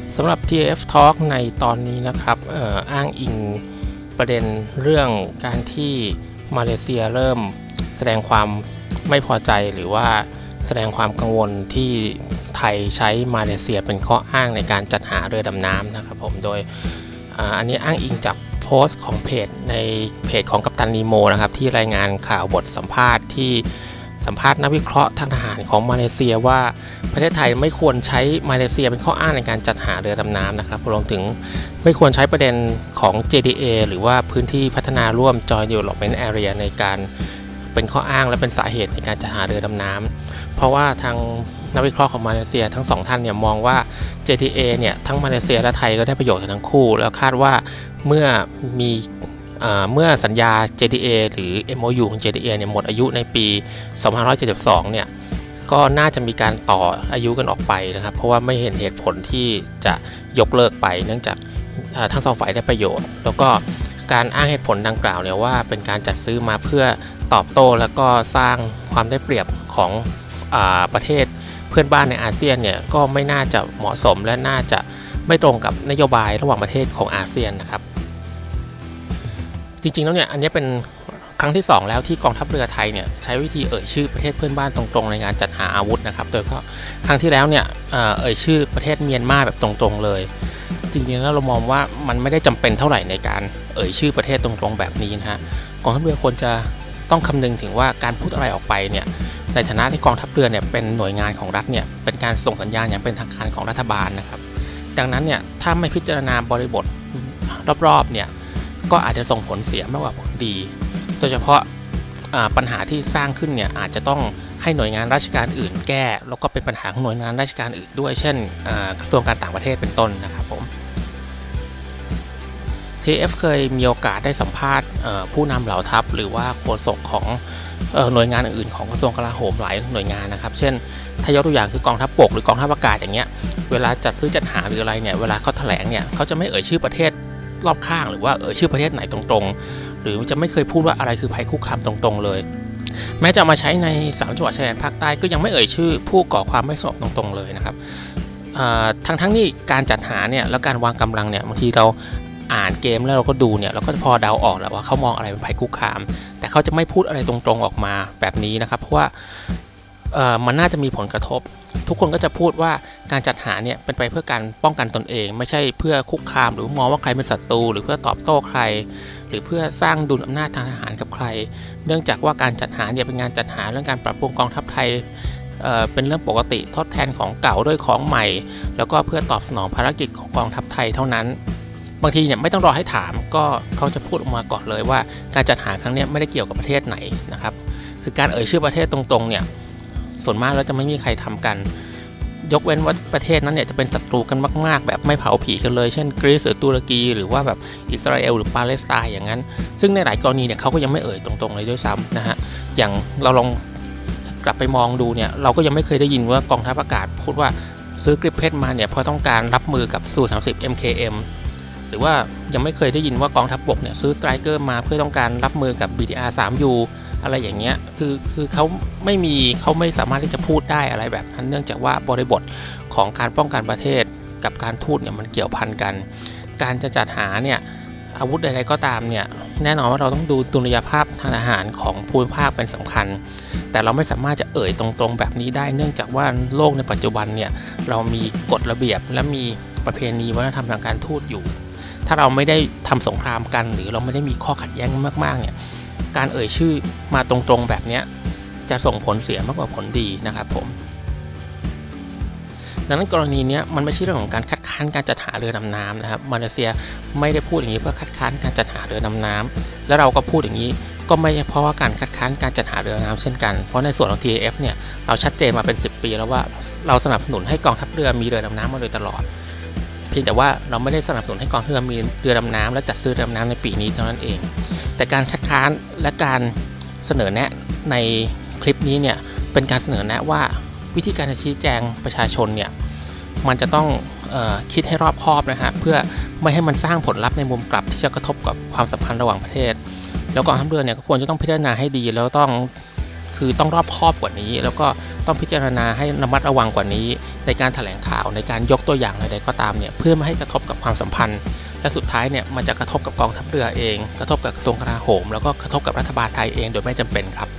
สำหรับ TF Talk ในตอนนี้นะครับอ้างอิงประเด็นเรื่องการที่มาเลเซียเริ่มแสดงความไม่พอใจหรือว่าแสดงความกังวลที่ไทยใช้มาเลเซียเป็นข้ออ้างในการจัดหาเรือดำน้ำนะครับผมโดยอันนี้อ้างอิงจากโพสต์ของเพจในเพจของกัปตันนีโมนะครับที่รายงานข่าวบทสัมภาษณ์ที่สัมภาษณ์นักวิเคราะห์ทางทหารของมาเลเซียว่าประเทศไทยไม่ควรใช้มาเลเซียเป็นข้ออ้างในการจัดหาเรือดำน้ำนะครับรวมถึงไม่ควรใช้ประเด็นของ JDA หรือว่าพื้นที่พัฒนาร่วม Joint Development Area ในการเป็นข้ออ้างและเป็นสาเหตุในการจัดหาเรือดำน้ำเพราะว่าทางนักวิเคราะห์ของมาเลเซียทั้งสองท่านเนี่ยมองว่า JDA เนี่ยทั้งมาเลเซียและไทยก็ได้ประโยชน์ทั้งคู่แล้วคาดว่าเมื่อสัญญา JDA หรือ MOU ของ JDA เนี่ยหมดอายุในปี2572เนี่ยก็น่าจะมีการต่ออายุกันออกไปนะครับเพราะว่าไม่เห็นเหตุผลที่จะยกเลิกไปเนื่องจากทั้งสองฝ่ายได้ประโยชน์แล้วก็การอ้างเหตุผลดังกล่าวเนี่ยว่าเป็นการจัดซื้อมาเพื่อตอบโต้แล้วก็สร้างความได้เปรียบของประเทศเพื่อนบ้านในอาเซียนเนี่ยก็ไม่น่าจะเหมาะสมและน่าจะไม่ตรงกับนโยบายระหว่างประเทศของอาเซียนนะครับจริงๆแล้วเนี่ยอันนี้เป็นครั้งที่2แล้วที่กองทัพเรือไทยเนี่ยใช้วิธีเอ่ยชื่อประเทศเพื่อนบ้านตรงๆในการจัดหาอาวุธนะครับโดยก็ครั้งที่แล้วเนี่ยเอ่ยชื่อประเทศเมียนมาแบบตรงๆเลยจริงๆแล้วเรามองว่ามันไม่ได้จำเป็นเท่าไหร่ในการเอ่ยชื่อประเทศตรงๆแบบนี้นะฮะกองทัพเรือควรจะต้องคำนึงถึงว่าการพูดอะไรออกไปเนี่ยในฐานะที่กองทัพเรือเนี่ยเป็นหน่วยงานของรัฐเนี่ยเป็นการส่งสัญญาณอย่างเป็นทางการของรัฐบาลนะครับดังนั้นเนี่ยถ้าไม่พิจารณาบริบทรอบๆเนี่ยก็อาจจะส่งผลเสียมากกว่าผลดีโดยเฉพาะปัญหาที่สร้างขึ้นเนี่ยอาจจะต้องให้หน่วยงานราชการอื่นแก้แล้วก็เป็นปัญหาของหน่วยงานราชการอื่นด้วยเช่นกระทรวงการต่างประเทศเป็นต้นนะครับผม TF เคยมีโอกาสได้สัมภาษณ์ผู้นำเหล่าทัพหรือว่าโฆษกของหน่วยงานอื่นของกระทรวงกลาโหมหลายหน่วยงานนะครับเช่นถ้ายกตัวอย่างคือกองทัพบกหรือกองทัพอากาศอย่างเงี้ยเวลาจัดซื้อจัดหาหรืออะไรเนี่ยเวลาเขาแถลงเนี่ยเขาจะไม่เอ่ยชื่อประเทศรอบข้างหรือว่าชื่อประเทศไหนตรงๆหรือจะไม่เคยพูดว่าอะไรคือภัยคุกคามตรงๆเลยแม้จะมาใช้ใน3จังหวัดชายแดนภาคใต้ก็ยังไม่เอ่ยชื่อผู้ก่อความไม่สงบตรงๆเลยนะครับทั้งนี้การจัดหาเนี่ยแล้วการวางกำลังเนี่ยบางทีเราอ่านเกมแล้วเราก็ดูเนี่ยเราก็พอเดาออกแล้วว่าเขามองอะไรเป็นภัยคุกคามแต่เขาจะไม่พูดอะไรตรงๆออกมาแบบนี้นะครับเพราะว่ามันน่าจะมีผลกระทบทุกคนก็จะพูดว่าการจัดหาเนี่ยเป็นไปเพื่อการป้องกันตนเองไม่ใช่เพื่อคุกคามหรือมองว่าใครเป็นศัตรูหรือเพื่อตอบโต้ใครหรือเพื่อสร้างดุลอำนาจทางทหารกับใครเนื่องจากว่าการจัดหาเนี่ยเป็นงานจัดหาเรื่องการปรับปรุงกองทัพไทยเป็นเรื่องปกติทดแทนของเก่าด้วยของใหม่แล้วก็เพื่อตอบสนองภารกิจของกองทัพไทยเท่านั้นบางทีเนี่ยไม่ต้องรอให้ถามก็เขาจะพูดออกมาก่อนเลยว่าการจัดหาครั้งนี้ไม่ได้เกี่ยวกับประเทศไหนนะครับคือการเอ่ยชื่อประเทศตรงๆเนี่ยส่วนมากแล้วจะไม่มีใครทำกันยกเว้นว่าประเทศนั้นเนี่ยจะเป็นศัตรูกันมากๆแบบไม่เผาผีกันเลยเช่นกรีซหรือตุรกีหรือว่าแบบอิสราเอลหรือปาเลสไตน์อย่างนั้นซึ่งในหลายกรณีเนี่ยเขาก็ยังไม่เอ่ยตรงๆเลยด้วยซ้ำนะฮะอย่างเราลองกลับไปมองดูเนี่ยเราก็ยังไม่เคยได้ยินว่ากองทัพอากาศพูดว่าซื้อกริปเพชรมาเนี่ยเพราะต้องการรับมือกับสู-30 MKM หรือว่ายังไม่เคยได้ยินว่ากองทัพบกเนี่ยซื้อสไตรเกอร์มาเพื่อต้องการรับมือกับ BTR-3U อะไรอย่างเงี้ยคือเขาไม่สามารถที่จะพูดได้อะไรแบบนั้นเนื่องจากว่าบริบทของการป้องกันประเทศกับการทูตเนี่ยมันเกี่ยวพันกันการจะจัดหาเนี่ยอาวุธใดๆก็ตามเนี่ยแน่นอนว่าเราต้องดูดุลยภาพทางทหารของภูมิภาคเป็นสำคัญแต่เราไม่สามารถจะเอ่ยตรงๆแบบนี้ได้เนื่องจากว่าโลกในปัจจุบันเนี่ยเรามีกฎระเบียบและมีประเพณีวัฒนธรรมทางการทูตอยู่ถ้าเราไม่ได้ทำสงครามกันหรือเราไม่ได้มีข้อขัดแย้งมากๆเนี่ยการเอ่ยชื่อมาตรงๆแบบนี้จะส่งผลเสียมากกว่าผลดีนะครับผมดังนั้นกรณีนี้มันไม่ใช่เรื่องของการคัดค้านการจัดหาเรือดำน้ำนะครับมาเลเซียไม่ได้พูดอย่างนี้เพื่อคัดค้านการจัดหาเรือดำน้ำและเราก็พูดอย่างนี้ก็ไม่ใช่เพราะว่าการคัดค้านการจัดหาเรือดำน้ำเช่นกันเพราะในส่วนของ TAF เนี่ยเราชัดเจนมาเป็น10 ปีแล้วว่าเราสนับสนุนให้กองทัพเรือมีเรือดำน้ำมาโดยตลอดเพียงแต่ว่าเราไม่ได้สนับสนุนให้กองทัพเรือมีเรือดำน้ำและจัดซื้อเรือดำน้ำในปีนี้เท่านั้นเองแต่การคัดค้านและการเสนอแนะในคลิปนี้เนี่ยเป็นการเสนอแนะว่าวิธีการชี้แจงประชาชนเนี่ยมันจะต้องคิดให้รอบคอบนะฮะเพื่อไม่ให้มันสร้างผลลัพธ์ในมุมกลับที่จะกระทบกับความสัมพันธ์ระหว่างประเทศแล้วกองทัพเรือเนี่ยก็ควรจะต้องพิจารณาให้ดีแล้วต้องคคือต้องรอบคอบกว่านี้แล้วก็ต้องพิจารณาให้ระมัดระวังกว่านี้ในการแถลงข่าวในการยกตัวอย่างใดๆก็ตามเนี่ยเพื่อไม่ให้กระทบกับความสัมพันธ์และสุดท้ายเนี่ยมันจะกระทบกับกองทัพเรือเองกระทบกับกระทรวงกลาโหมแล้วก็กระทบกับรัฐบาลไทยเองโดยไม่จำเป็นครับ